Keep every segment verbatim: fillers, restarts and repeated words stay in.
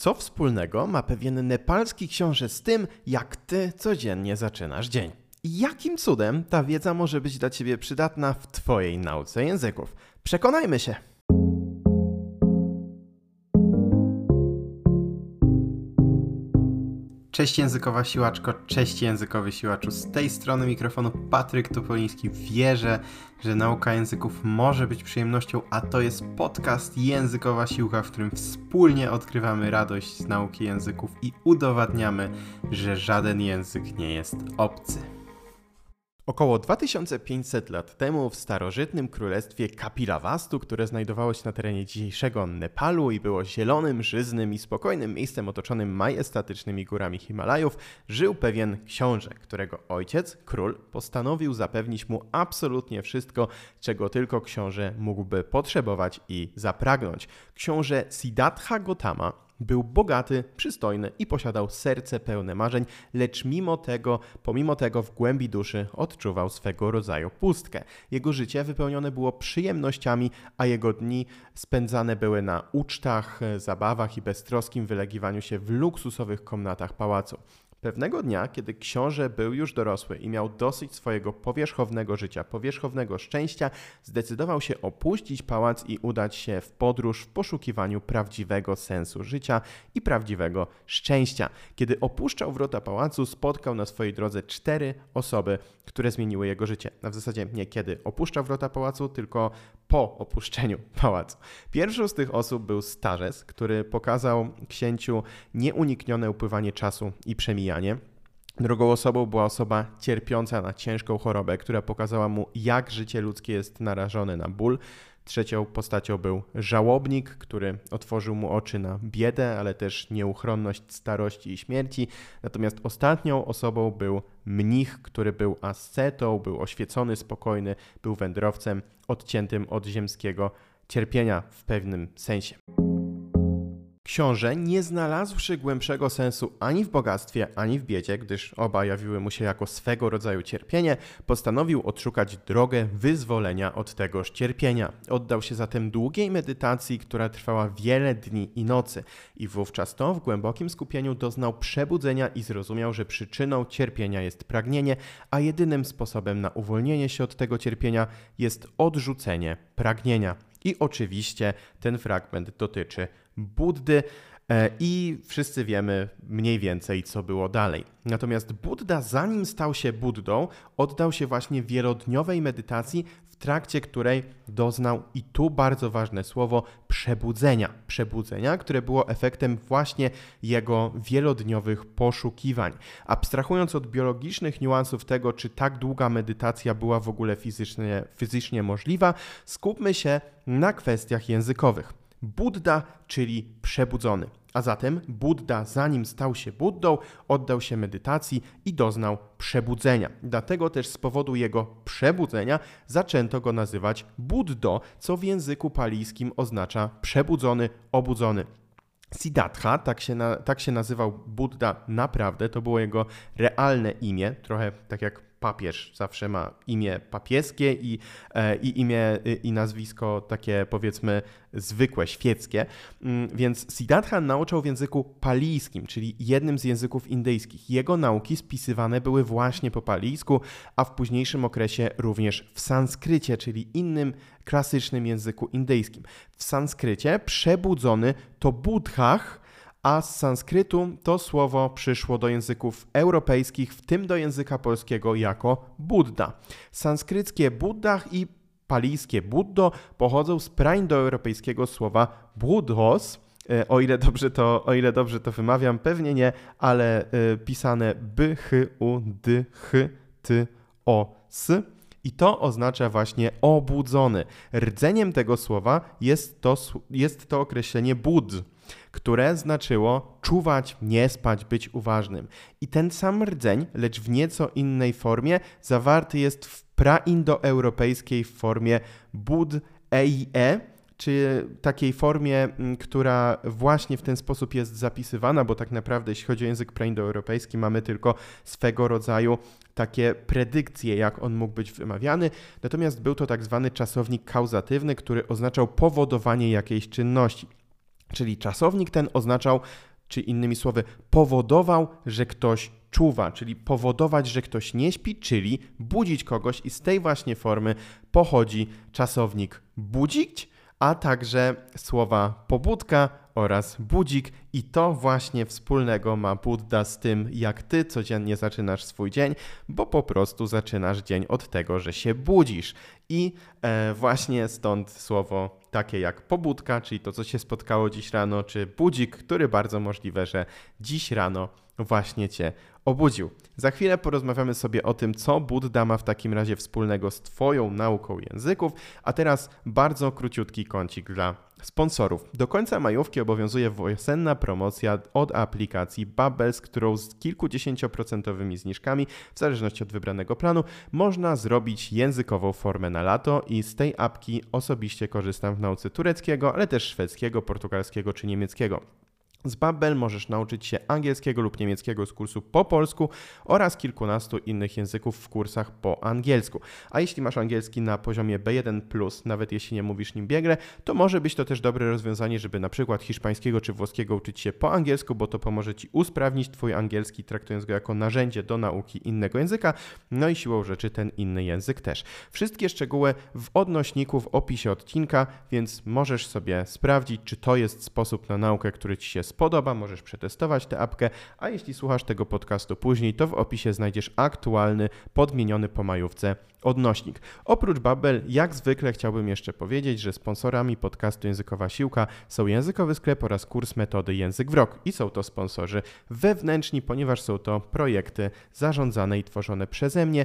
Co wspólnego ma pewien nepalski książę z tym, jak ty codziennie zaczynasz dzień? I jakim cudem ta wiedza może być dla ciebie przydatna w twojej nauce języków? Przekonajmy się! Cześć językowa siłaczko, cześć językowy siłaczu. Z tej strony mikrofonu Patryk Topoliński. Wierzę, że nauka języków może być przyjemnością, a to jest podcast Językowa Siłka, w którym wspólnie odkrywamy radość z nauki języków i udowadniamy, że żaden język nie jest obcy. Około dwa tysiące pięćset lat temu w starożytnym królestwie Kapilavastu, które znajdowało się na terenie dzisiejszego Nepalu i było zielonym, żyznym i spokojnym miejscem otoczonym majestatycznymi górami Himalajów, żył pewien książę, którego ojciec, król, postanowił zapewnić mu absolutnie wszystko, czego tylko książę mógłby potrzebować i zapragnąć. Książę Siddhartha Gautama był bogaty, przystojny i posiadał serce pełne marzeń, lecz mimo tego, pomimo tego w głębi duszy odczuwał swego rodzaju pustkę. Jego życie wypełnione było przyjemnościami, a jego dni spędzane były na ucztach, zabawach i beztroskim wylegiwaniu się w luksusowych komnatach pałacu. Pewnego dnia, kiedy książę był już dorosły i miał dosyć swojego powierzchownego życia, powierzchownego szczęścia, zdecydował się opuścić pałac i udać się w podróż w poszukiwaniu prawdziwego sensu życia i prawdziwego szczęścia. Kiedy opuszczał wrota pałacu, spotkał na swojej drodze cztery osoby, które zmieniły jego życie. A w zasadzie nie kiedy opuszczał wrota pałacu, tylko po opuszczeniu pałacu. Pierwszą z tych osób był starzec, który pokazał księciu nieuniknione upływanie czasu i przemijanie. Drugą osobą była osoba cierpiąca na ciężką chorobę, która pokazała mu, jak życie ludzkie jest narażone na ból. Trzecią postacią był żałobnik, który otworzył mu oczy na biedę, ale też nieuchronność starości i śmierci. Natomiast ostatnią osobą był mnich, który był ascetą, był oświecony, spokojny, był wędrowcem odciętym od ziemskiego cierpienia w pewnym sensie. Książę, nie znalazłszy głębszego sensu ani w bogactwie, ani w biedzie, gdyż oba jawiły mu się jako swego rodzaju cierpienie, postanowił odszukać drogę wyzwolenia od tegoż cierpienia. Oddał się zatem długiej medytacji, która trwała wiele dni i nocy. I wówczas to w głębokim skupieniu doznał przebudzenia i zrozumiał, że przyczyną cierpienia jest pragnienie, a jedynym sposobem na uwolnienie się od tego cierpienia jest odrzucenie pragnienia. I oczywiście ten fragment dotyczy Buddy i wszyscy wiemy mniej więcej, co było dalej. Natomiast Budda, zanim stał się Buddą, oddał się właśnie wielodniowej medytacji, w trakcie której doznał, i tu bardzo ważne słowo, przebudzenia. Przebudzenia, które było efektem właśnie jego wielodniowych poszukiwań. Abstrahując od biologicznych niuansów tego, czy tak długa medytacja była w ogóle fizycznie, fizycznie możliwa, skupmy się na kwestiach językowych. Budda, czyli przebudzony. A zatem Budda, zanim stał się Buddą, oddał się medytacji i doznał przebudzenia. Dlatego też z powodu jego przebudzenia zaczęto go nazywać Buddo, co w języku palijskim oznacza przebudzony, obudzony. Siddhartha, tak się, na, tak się nazywał Budda naprawdę, to było jego realne imię, trochę tak jak papież zawsze ma imię papieskie i, e, i imię i nazwisko takie, powiedzmy, zwykłe, świeckie. Więc Siddhartha nauczał w języku palijskim, czyli jednym z języków indyjskich. Jego nauki spisywane były właśnie po palijsku, a w późniejszym okresie również w sanskrycie, czyli innym klasycznym języku indyjskim. W sanskrycie przebudzony to Buddhach, a z sanskrytu to słowo przyszło do języków europejskich, w tym do języka polskiego, jako Budda. Sanskryckie Buddhach i palijskie Buddo pochodzą z praindoeuropejskiego słowa Buddhos. O ile dobrze to, o ile dobrze to wymawiam, pewnie nie, ale pisane b, h, u, d, h, t, o, s. I to oznacza właśnie obudzony. Rdzeniem tego słowa jest to, jest to określenie bud, które znaczyło czuwać, nie spać, być uważnym. I ten sam rdzeń, lecz w nieco innej formie, zawarty jest w praindoeuropejskiej formie bud-e-e, czy takiej formie, która właśnie w ten sposób jest zapisywana, bo tak naprawdę jeśli chodzi o język praindoeuropejski, mamy tylko swego rodzaju takie predykcje, jak on mógł być wymawiany. Natomiast był to tak zwany czasownik kauzatywny, który oznaczał powodowanie jakiejś czynności. Czyli czasownik ten oznaczał czy innymi słowy powodował, że ktoś czuwa, czyli powodować, że ktoś nie śpi, czyli budzić kogoś i z tej właśnie formy pochodzi czasownik budzić, a także słowa pobudka oraz budzik i to właśnie wspólnego ma Buddha z tym, jak ty codziennie zaczynasz swój dzień, bo po prostu zaczynasz dzień od tego, że się budzisz. I e, właśnie stąd słowo takie jak pobudka, czyli to, co się spotkało dziś rano, czy budzik, który bardzo możliwe, że dziś rano właśnie cię obudził. Za chwilę porozmawiamy sobie o tym, co Buddha ma w takim razie wspólnego z twoją nauką języków, a teraz bardzo króciutki kącik dla sponsorów. Do końca majówki obowiązuje wiosenna promocja od aplikacji Bubble, z którą z kilkudziesięcioprocentowymi zniżkami, w zależności od wybranego planu, można zrobić językową formę na lato i z tej apki osobiście korzystam w nauce tureckiego, ale też szwedzkiego, portugalskiego czy niemieckiego. Z Babbel możesz nauczyć się angielskiego lub niemieckiego z kursu po polsku oraz kilkunastu innych języków w kursach po angielsku. A jeśli masz angielski na poziomie B jeden plus, nawet jeśli nie mówisz nim biegle, to może być to też dobre rozwiązanie, żeby na przykład hiszpańskiego czy włoskiego uczyć się po angielsku, bo to pomoże ci usprawnić twój angielski, traktując go jako narzędzie do nauki innego języka, no i siłą rzeczy ten inny język też. Wszystkie szczegóły w odnośniku w opisie odcinka, więc możesz sobie sprawdzić, czy to jest sposób na naukę, który ci się spodoba, możesz przetestować tę apkę, a jeśli słuchasz tego podcastu później, to w opisie znajdziesz aktualny, podmieniony po majówce odnośnik. Oprócz Babbel, jak zwykle chciałbym jeszcze powiedzieć, że sponsorami podcastu Językowa Siłka są Językowy Sklep oraz kurs metody Język w Rok i są to sponsorzy wewnętrzni, ponieważ są to projekty zarządzane i tworzone przeze mnie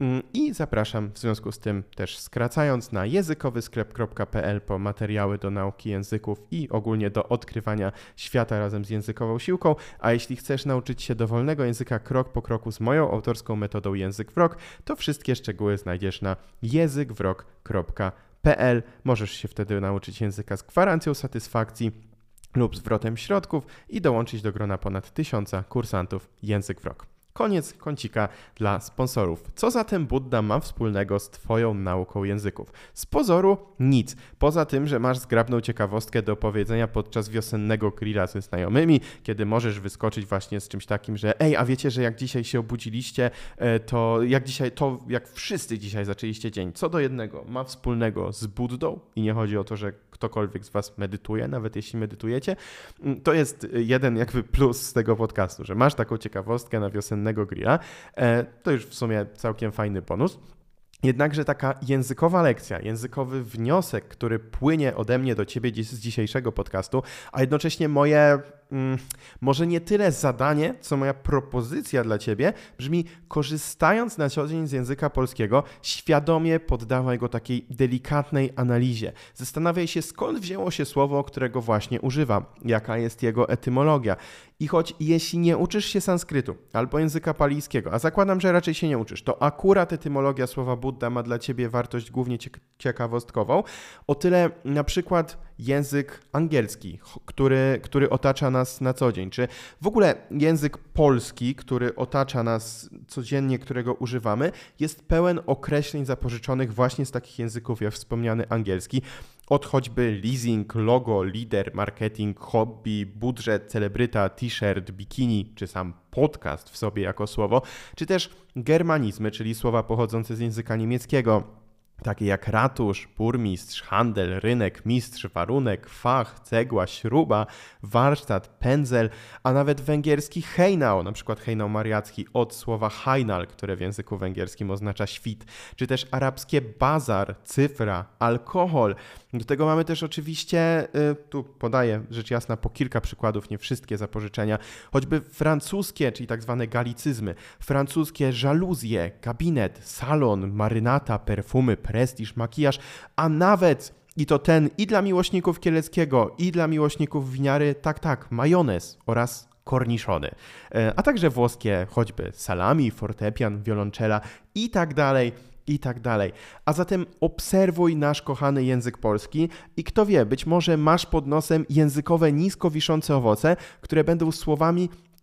i zapraszam w związku z tym też skracając na językowy sklep kropka p l po materiały do nauki języków i ogólnie do odkrywania świata razem z Językową Siłką, a jeśli chcesz nauczyć się dowolnego języka krok po kroku z moją autorską metodą Język w Rok, to wszystkie szczegóły znajdziesz na język w rok kropka p l. Możesz się wtedy nauczyć języka z gwarancją satysfakcji lub zwrotem środków i dołączyć do grona ponad tysiąca kursantów Język w Rok. Koniec kącika dla sponsorów. Co zatem Buddha ma wspólnego z twoją nauką języków? Z pozoru nic. Poza tym, że masz zgrabną ciekawostkę do powiedzenia podczas wiosennego grilla ze znajomymi, kiedy możesz wyskoczyć właśnie z czymś takim, że ej, a wiecie, że jak dzisiaj się obudziliście, to jak dzisiaj, to jak wszyscy dzisiaj zaczęliście dzień, co do jednego ma wspólnego z Buddą i nie chodzi o to, że ktokolwiek z was medytuje, nawet jeśli medytujecie, to jest jeden jakby plus z tego podcastu, że masz taką ciekawostkę na wiosennego grilla, to już w sumie całkiem fajny bonus. Jednakże taka językowa lekcja, językowy wniosek, który płynie ode mnie do ciebie z dzisiejszego podcastu, a jednocześnie moje, mm, może nie tyle zadanie, co moja propozycja dla ciebie, brzmi: korzystając na co dzień z języka polskiego, świadomie poddawaj go takiej delikatnej analizie. Zastanawiaj się, skąd wzięło się słowo, którego właśnie używam, jaka jest jego etymologia. I choć jeśli nie uczysz się sanskrytu albo języka palijskiego, a zakładam, że raczej się nie uczysz, to akurat etymologia słowa Buddha ma dla ciebie wartość głównie ciekawostkową, o tyle na przykład język angielski, który, który otacza nas na co dzień, czy w ogóle język polski, który otacza nas codziennie, którego używamy, jest pełen określeń zapożyczonych właśnie z takich języków jak wspomniany angielski, od choćby leasing, logo, lider, marketing, hobby, budżet, celebryta, t-shirt, bikini, czy sam podcast w sobie jako słowo, czy też germanizmy, czyli słowa pochodzące z języka niemieckiego, takie jak ratusz, burmistrz, handel, rynek, mistrz, warunek, fach, cegła, śruba, warsztat, pędzel, a nawet węgierski hejnał, na przykład hejnał mariacki od słowa hajnal, które w języku węgierskim oznacza świt, czy też arabskie bazar, cyfra, alkohol. Do tego mamy też oczywiście, tu podaję rzecz jasna po kilka przykładów, nie wszystkie zapożyczenia, choćby francuskie, czyli tak zwane galicyzmy, francuskie żaluzje, gabinet, salon, marynata, perfumy, prestiż, makijaż, a nawet, i to ten i dla miłośników kieleckiego, i dla miłośników winiary, tak, tak, majonez oraz korniszony, a także włoskie choćby salami, fortepian, wiolonczela i tak dalej, i tak dalej. A zatem obserwuj nasz kochany język polski i kto wie, być może masz pod nosem językowe nisko wiszące owoce, które będą słowami,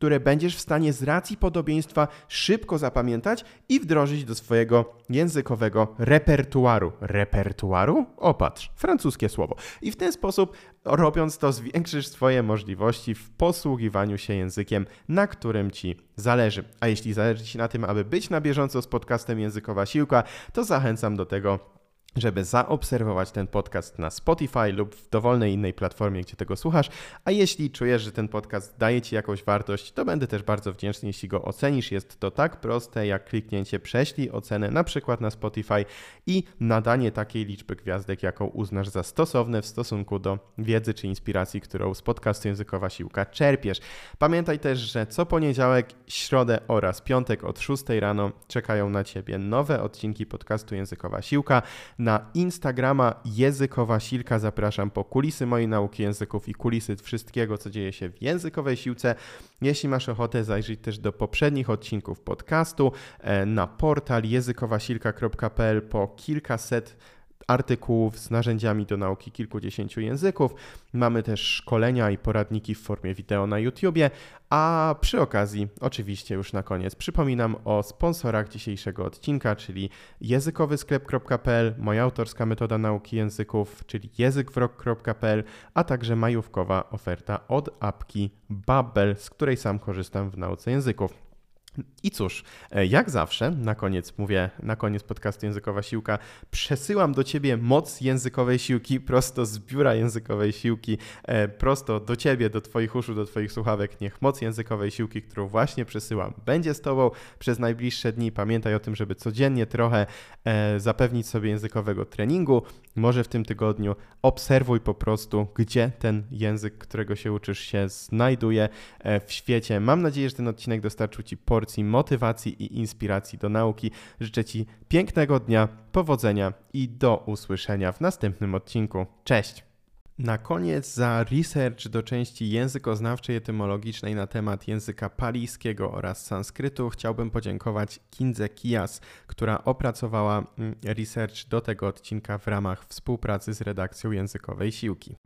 które będziesz w stanie z racji podobieństwa szybko zapamiętać i wdrożyć do swojego językowego repertuaru. Repertuaru? Opatrz, francuskie słowo. I w ten sposób, robiąc to, zwiększysz swoje możliwości w posługiwaniu się językiem, na którym Ci zależy. A jeśli zależy Ci na tym, aby być na bieżąco z podcastem Językowa Siłka, to zachęcam do tego, żeby zaobserwować ten podcast na Spotify lub w dowolnej innej platformie, gdzie tego słuchasz, a jeśli czujesz, że ten podcast daje Ci jakąś wartość, to będę też bardzo wdzięczny, jeśli go ocenisz. Jest to tak proste, jak kliknięcie prześlij ocenę na przykład na Spotify i nadanie takiej liczby gwiazdek, jaką uznasz za stosowne w stosunku do wiedzy czy inspiracji, którą z podcastu Językowa Siłka czerpiesz. Pamiętaj też, że co poniedziałek, środę oraz piątek od szóstej rano czekają na Ciebie nowe odcinki podcastu Językowa Siłka. Na Instagrama Językowa Siłka zapraszam po kulisy mojej nauki języków i kulisy wszystkiego, co dzieje się w językowej siłce. Jeśli masz ochotę zajrzeć też do poprzednich odcinków podcastu, na portal językowasilka kropka p l po kilkaset artykułów z narzędziami do nauki kilkudziesięciu języków. Mamy też szkolenia i poradniki w formie wideo na YouTubie, a przy okazji, oczywiście już na koniec, przypominam o sponsorach dzisiejszego odcinka, czyli językowy sklep kropka p l, moja autorska metoda nauki języków, czyli językwrok kropka p l, a także majówkowa oferta od apki Babbel, z której sam korzystam w nauce języków. I cóż, jak zawsze, na koniec mówię, na koniec podcastu Językowa Siłka, przesyłam do Ciebie moc językowej siłki prosto z biura językowej siłki, prosto do Ciebie, do Twoich uszu, do Twoich słuchawek. Niech moc językowej siłki, którą właśnie przesyłam, będzie z Tobą przez najbliższe dni. Pamiętaj o tym, żeby codziennie trochę zapewnić sobie językowego treningu. Może w tym tygodniu obserwuj po prostu, gdzie ten język, którego się uczysz, się znajduje w świecie. Mam nadzieję, że ten odcinek dostarczył Ci porcji motywacji i inspiracji do nauki. Życzę Ci pięknego dnia, powodzenia i do usłyszenia w następnym odcinku. Cześć! Na koniec za research do części językoznawczej etymologicznej na temat języka palijskiego oraz sanskrytu chciałbym podziękować Kindze Kijas, która opracowała research do tego odcinka w ramach współpracy z redakcją Językowej Siłki.